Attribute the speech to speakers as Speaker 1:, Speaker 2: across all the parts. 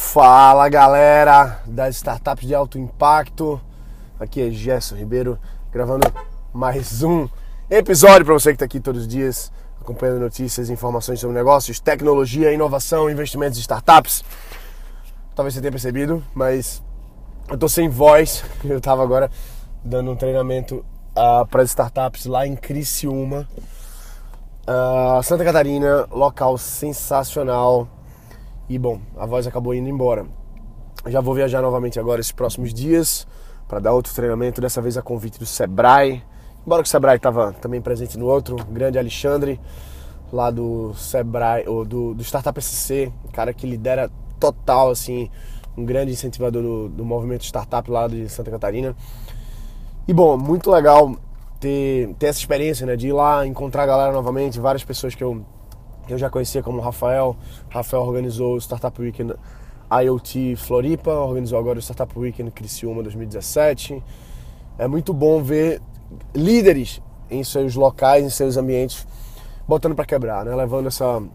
Speaker 1: Fala galera das startups de alto impacto, aqui é Gerson Ribeiro gravando mais um episódio para você que está aqui todos os dias acompanhando notícias, informações sobre negócios, tecnologia, inovação, investimentos em startups. Talvez você tenha percebido, mas eu tô sem voz. Eu estava agora dando um treinamento para as startups lá em Criciúma, Santa Catarina, local sensacional. E bom, a voz acabou indo embora. Já vou viajar novamente agora esses próximos dias para dar outro treinamento, dessa vez a convite do Sebrae. Embora que o Sebrae estava também presente no outro, o grande Alexandre, lá do Sebrae, ou do Startup SC, cara que lidera total, assim, um grande incentivador do movimento startup lá de Santa Catarina. E bom, muito legal ter essa experiência, né, de ir lá, encontrar a galera novamente, várias pessoas que eu já conhecia, como o Rafael. Rafael organizou o Startup Weekend IoT Floripa, organizou agora o Startup Weekend Criciúma 2017. É muito bom ver líderes em seus locais, em seus ambientes, botando para quebrar, né? Levando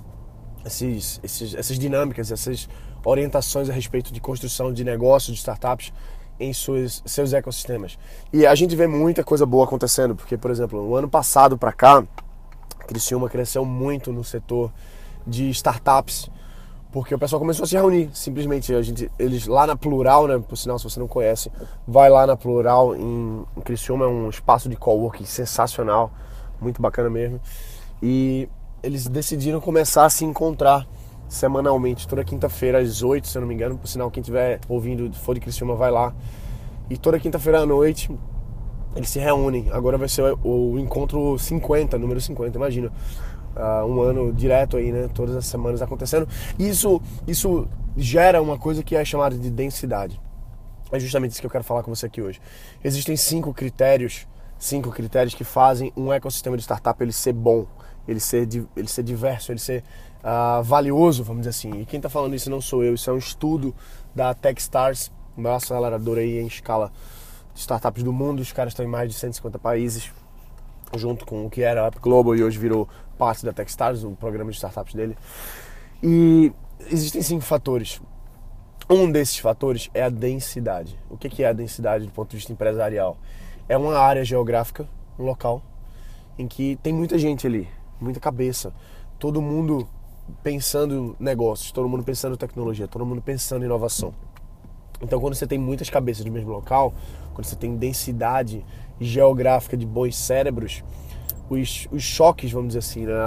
Speaker 1: essas dinâmicas, essas orientações a respeito de construção de negócios, de startups em seus ecossistemas. E a gente vê muita coisa boa acontecendo, porque, por exemplo, no ano passado para cá, Criciúma cresceu muito no setor de startups, porque o pessoal começou a se reunir, simplesmente. Eles lá na Plural, né, por sinal, se você não conhece, vai lá na Plural em Criciúma, é um espaço de coworking sensacional, muito bacana mesmo. E eles decidiram começar a se encontrar semanalmente, toda quinta-feira às 8, se eu não me engano. Por sinal, quem estiver ouvindo, for de Criciúma, vai lá. E toda quinta-feira à noite eles se reúnem. Agora vai ser o encontro 50, número 50, imagina. Um ano direto aí, né? Todas as semanas acontecendo. E isso gera uma coisa que é chamada de densidade. É justamente isso que eu quero falar com você aqui hoje. Existem 5 critérios que fazem um ecossistema de startup ele ser bom, ele ser diverso, ele ser valioso, vamos dizer assim. E quem está falando isso não sou eu, isso é um estudo da Techstars, uma aceleradora aí em escala de startups do mundo. Os caras estão em mais de 150 países, junto com o que era a Up Global e hoje virou parte da Techstars, o programa de startups dele. E existem 5 fatores. Um desses fatores é a densidade. O que é a densidade do ponto de vista empresarial? É uma área geográfica, um local, em que tem muita gente ali, muita cabeça, todo mundo pensando em negócios, todo mundo pensando em tecnologia, todo mundo pensando em inovação. Então, quando você tem muitas cabeças no mesmo local, quando você tem densidade geográfica de bons cérebros, os choques, vamos dizer assim, né?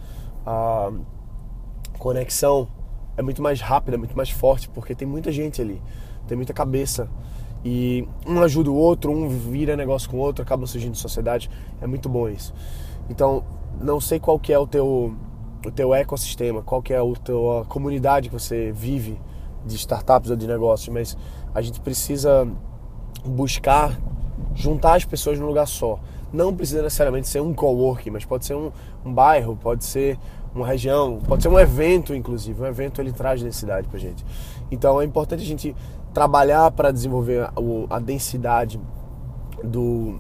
Speaker 1: A conexão é muito mais rápida, muito mais forte, porque tem muita gente ali, tem muita cabeça. E um ajuda o outro, um vira negócio com o outro, acabam surgindo sociedades. É muito bom isso. Então, não sei qual que é o teu ecossistema, qual que é a comunidade que você vive de startups ou de negócios, mas a gente precisa buscar juntar as pessoas num lugar só. Não precisa necessariamente ser um coworking, mas pode ser um bairro, pode ser uma região, pode ser um evento, inclusive. Um evento ele traz densidade pra gente. Então é importante a gente trabalhar para desenvolver a densidade do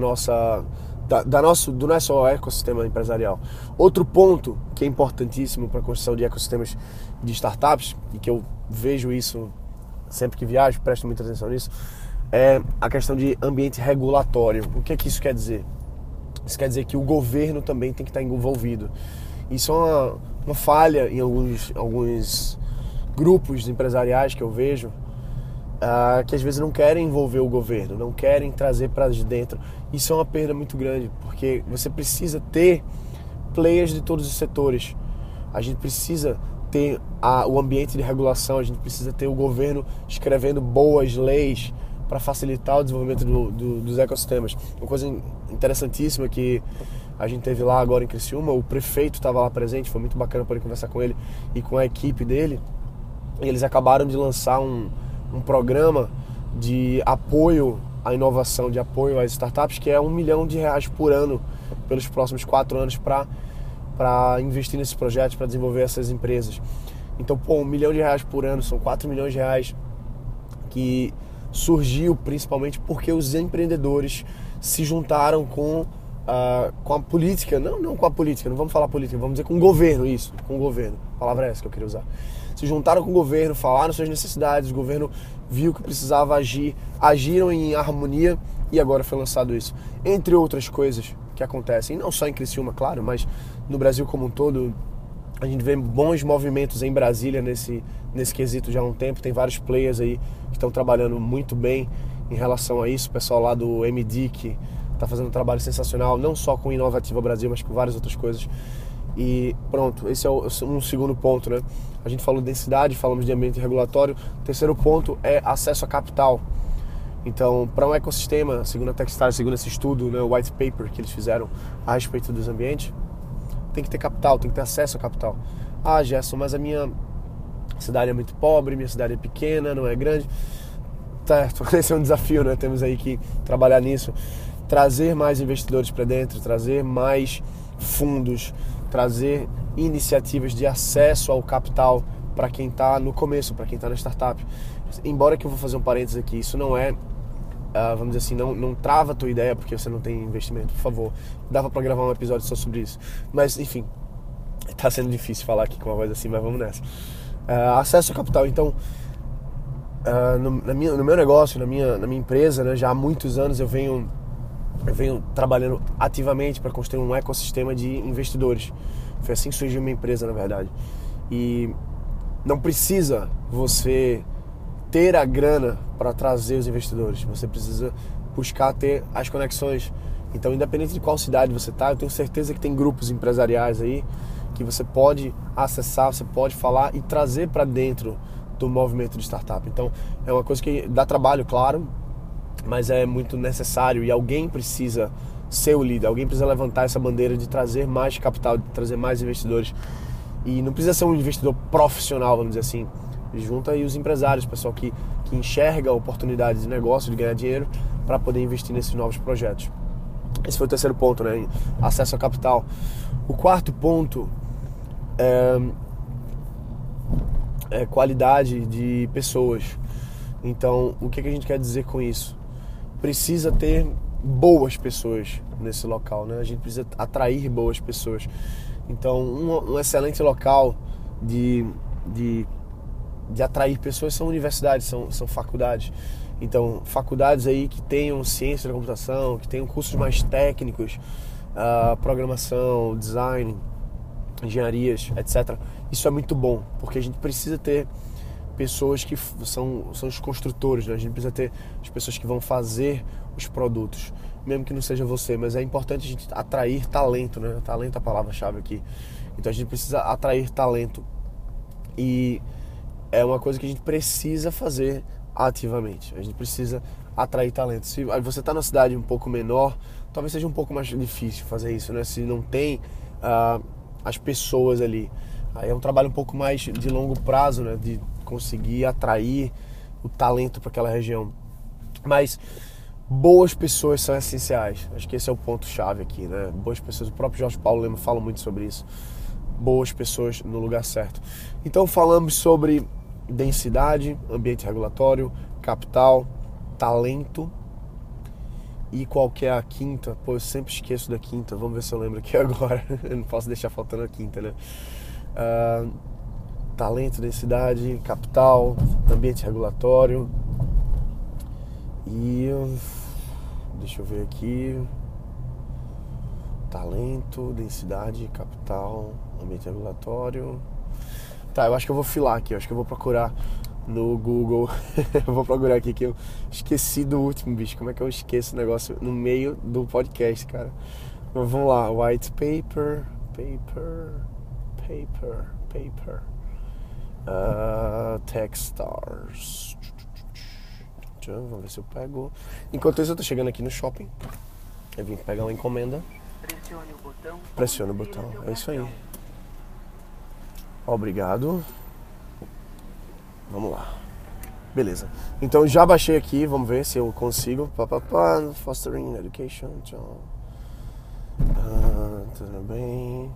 Speaker 1: nosso ecossistema empresarial. Outro ponto que é importantíssimo para a construção de ecossistemas de startups, e que eu vejo isso sempre que viajo, presto muita atenção nisso, é a questão de ambiente regulatório. O que isso quer dizer? Isso quer dizer que o governo também tem que estar envolvido. Isso é uma falha em alguns grupos empresariais que eu vejo, que às vezes não querem envolver o governo, não querem trazer para dentro. Isso é uma perda muito grande, porque você precisa ter players de todos os setores. A gente precisa ter o ambiente de regulação, a gente precisa ter o governo escrevendo boas leis para facilitar o desenvolvimento dos ecossistemas. Uma coisa interessantíssima que a gente teve lá agora em Criciúma, o prefeito estava lá presente, foi muito bacana poder conversar com ele e com a equipe dele. E eles acabaram de lançar um programa de apoio à inovação, de apoio às startups, que é R$1 milhão por ano pelos próximos 4 anos para investir nesses projetos, para desenvolver essas empresas. Então, R$1 milhão por ano, são R$4 milhões que surgiu principalmente porque os empreendedores se juntaram com a política, não com a política, não vamos falar política, vamos dizer com o governo, com o governo, a palavra é essa que eu queria usar. se juntaram com o governo, falaram suas necessidades, o governo viu que precisava agir, agiram em harmonia e agora foi lançado isso. Entre outras coisas que acontecem, não só em Criciúma, claro, mas no Brasil como um todo, a gente vê bons movimentos em Brasília nesse quesito já há um tempo. Tem vários players aí que estão trabalhando muito bem em relação a isso. O pessoal lá do MD que está fazendo um trabalho sensacional, não só com Inovativa Brasil, mas com várias outras coisas. E pronto, esse é um segundo ponto, né? A gente falou de densidade, falamos de ambiente regulatório. O terceiro ponto é acesso a capital. Então, para um ecossistema, segundo a Techstars, segundo esse estudo, né, o white paper que eles fizeram a respeito dos ambientes, tem que ter capital, tem que ter acesso a capital. Ah, Gerson, mas a minha cidade é muito pobre, minha cidade é pequena, não é grande. Certo, esse é um desafio, né? Temos aí que trabalhar nisso. Trazer mais investidores para dentro, trazer mais fundos, trazer iniciativas de acesso ao capital para quem está no começo, para quem está na startup. Embora que eu vou fazer um parênteses aqui, isso não é, vamos dizer assim, não trava a tua ideia porque você não tem investimento, por favor. Dava para gravar um episódio só sobre isso. Mas, enfim, está sendo difícil falar aqui com uma voz assim, mas vamos nessa. Acesso ao capital, então, no meu negócio, na minha empresa, né, já há muitos anos eu venho trabalhando ativamente para construir um ecossistema de investidores. Foi assim que surgiu minha empresa, na verdade. E não precisa você ter a grana para trazer os investidores. Você precisa buscar ter as conexões. Então, independente de qual cidade você está, eu tenho certeza que tem grupos empresariais aí que você pode acessar, você pode falar e trazer para dentro do movimento de startup. Então, é uma coisa que dá trabalho, claro, mas é muito necessário e alguém precisa ser o líder, alguém precisa levantar essa bandeira de trazer mais capital, de trazer mais investidores. E não precisa ser um investidor profissional, vamos dizer assim. Junta aí os empresários, o pessoal que enxerga oportunidades de negócio, de ganhar dinheiro para poder investir nesses novos projetos. Esse foi o terceiro ponto, né? Acesso ao capital. O quarto ponto é qualidade de pessoas. Então, o que a gente quer dizer com isso? Precisa ter boas pessoas nesse local, né? A gente precisa atrair boas pessoas. Então, um excelente local de atrair pessoas são universidades, são faculdades. Então, faculdades aí que tenham ciência da computação, que tenham cursos mais técnicos, programação, design, engenharias, etc. Isso é muito bom, porque a gente precisa ter pessoas que são os construtores, né? A gente precisa ter as pessoas que vão fazer os produtos, mesmo que não seja você, mas é importante a gente atrair talento, né? Talento é a palavra-chave aqui. Então a gente precisa atrair talento e é uma coisa que a gente precisa fazer ativamente. A gente precisa atrair talento. Se você está numa cidade um pouco menor, talvez seja um pouco mais difícil fazer isso, né? Se não tem as pessoas ali, aí é um trabalho um pouco mais de longo prazo, né? De conseguir atrair o talento para aquela região. Mas boas pessoas são essenciais. Acho que esse é o ponto-chave aqui, né? Boas pessoas. O próprio Jorge Paulo Lema fala muito sobre isso. Boas pessoas no lugar certo. Então falamos sobre densidade, ambiente regulatório, capital, talento e qual que é a quinta? Pô, eu sempre esqueço da quinta. Vamos ver se eu lembro aqui agora. Eu não posso deixar faltando a quinta, né? Talento, densidade, capital, ambiente regulatório e deixa eu ver aqui, talento, densidade, capital, ambiente regulatório. Tá, eu acho que eu vou filar aqui, eu acho que eu vou procurar no Google. Eu vou procurar aqui que eu esqueci do último, bicho. Como é que eu esqueço o negócio no meio do podcast, cara? Mas vamos lá, white paper. Techstars. Vamos ver se eu pego. Enquanto isso eu tô chegando aqui no shopping. Eu vim pegar uma encomenda. Pressione o botão. É isso aí. Obrigado. Vamos lá. Beleza. Então já baixei aqui. Vamos ver se eu consigo. Fostering Education. Tudo bem.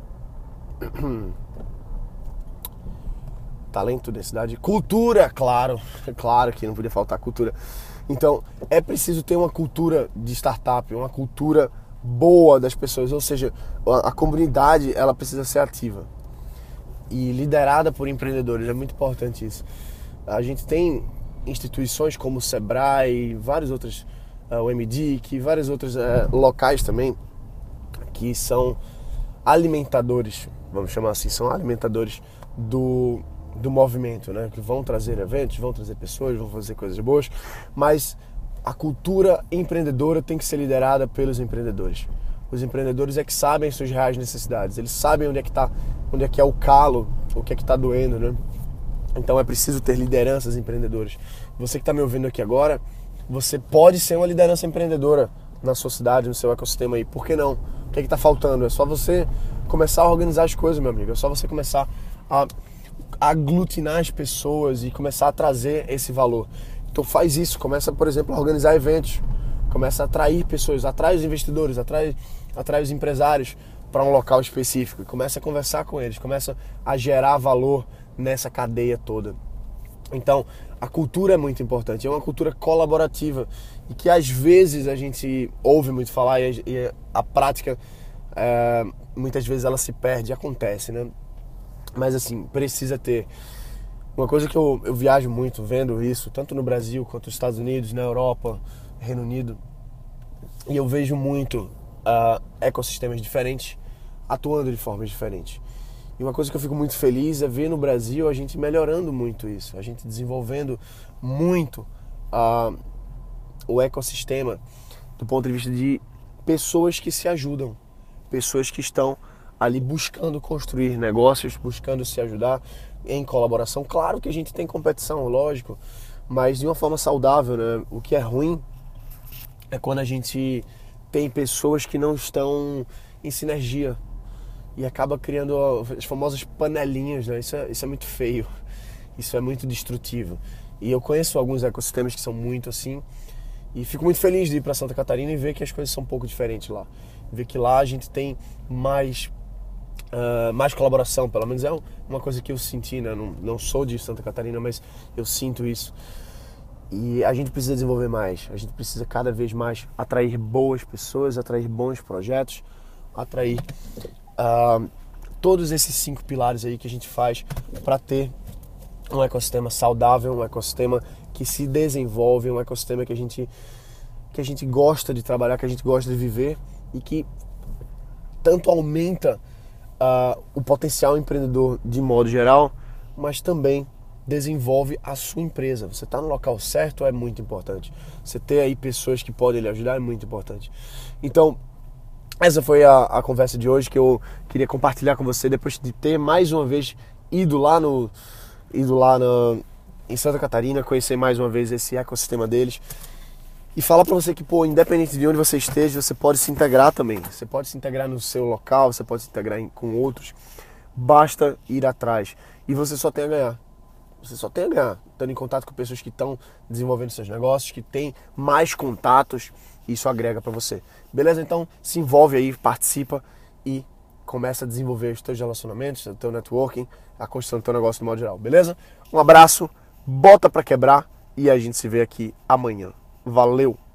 Speaker 1: Talento, densidade, cultura, claro que não podia faltar cultura. Então, é preciso ter uma cultura de startup, uma cultura boa das pessoas, ou seja, a comunidade, ela precisa ser ativa. e liderada por empreendedores. É muito importante isso. A gente tem instituições como o Sebrae, várias outras, o MDIC, vários outros locais também, que são alimentadores, vamos chamar assim, são alimentadores do movimento, né? Que vão trazer eventos, vão trazer pessoas, vão fazer coisas boas, mas a cultura empreendedora tem que ser liderada pelos empreendedores. Os empreendedores é que sabem suas reais necessidades, eles sabem onde é que é o calo, o que é que está doendo, né? Então é preciso ter lideranças empreendedoras. Você que está me ouvindo aqui agora, você pode ser uma liderança empreendedora na sua cidade, no seu ecossistema aí. Por que não? O que é que está faltando? É só você começar a organizar as coisas, meu amigo. É só você começar a aglutinar as pessoas e começar a trazer esse valor. Então faz isso. Começa, por exemplo, a organizar eventos. Começa a atrair pessoas, atrai os investidores, atrai os empresários para um local específico. Começa a conversar com eles, começa a gerar valor nessa cadeia toda. Então, a cultura é muito importante, é uma cultura colaborativa e que às vezes a gente ouve muito falar e a prática, muitas vezes ela se perde, acontece, né? Mas assim, precisa ter. Uma coisa que eu viajo muito vendo isso, tanto no Brasil quanto nos Estados Unidos, na Europa, Reino Unido, e eu vejo muito ecossistemas diferentes atuando de formas diferentes. E uma coisa que eu fico muito feliz é ver no Brasil a gente melhorando muito isso, a gente desenvolvendo muito o ecossistema do ponto de vista de pessoas que se ajudam, pessoas que estão ali buscando construir negócios, buscando se ajudar em colaboração. Claro que a gente tem competição, lógico, mas de uma forma saudável, né? O que é ruim é quando a gente tem pessoas que não estão em sinergia e acaba criando as famosas panelinhas, né? Isso é muito feio, isso é muito destrutivo. E eu conheço alguns ecossistemas que são muito assim e fico muito feliz de ir para Santa Catarina e ver que as coisas são um pouco diferentes lá. Ver que lá a gente tem mais colaboração, pelo menos é uma coisa que eu senti, né? Não sou de Santa Catarina, mas eu sinto isso. E a gente precisa desenvolver mais, a gente precisa cada vez mais atrair boas pessoas, atrair bons projetos, atrair todos esses 5 pilares aí que a gente faz para ter um ecossistema saudável, um ecossistema que se desenvolve, um ecossistema que a gente gosta de trabalhar, que a gente gosta de viver e que tanto aumenta o potencial empreendedor de modo geral, mas também desenvolve a sua empresa. Você está no local certo é muito importante. Você ter aí pessoas que podem lhe ajudar é muito importante. Então, essa foi a conversa de hoje que eu queria compartilhar com você depois de ter mais uma vez ido lá em Santa Catarina, conhecer mais uma vez esse ecossistema deles e falar para você que, independente de onde você esteja, você pode se integrar também. Você pode se integrar no seu local, você pode se integrar com outros. Basta ir atrás e você só tem a ganhar. Você só tem a ganhar, estando em contato com pessoas que estão desenvolvendo seus negócios, que têm mais contatos, e isso agrega para você. Beleza? Então se envolve aí, participa e começa a desenvolver os teus relacionamentos, o teu networking, a construção do teu negócio no modo geral. Beleza? Um abraço, bota para quebrar e a gente se vê aqui amanhã. Valeu!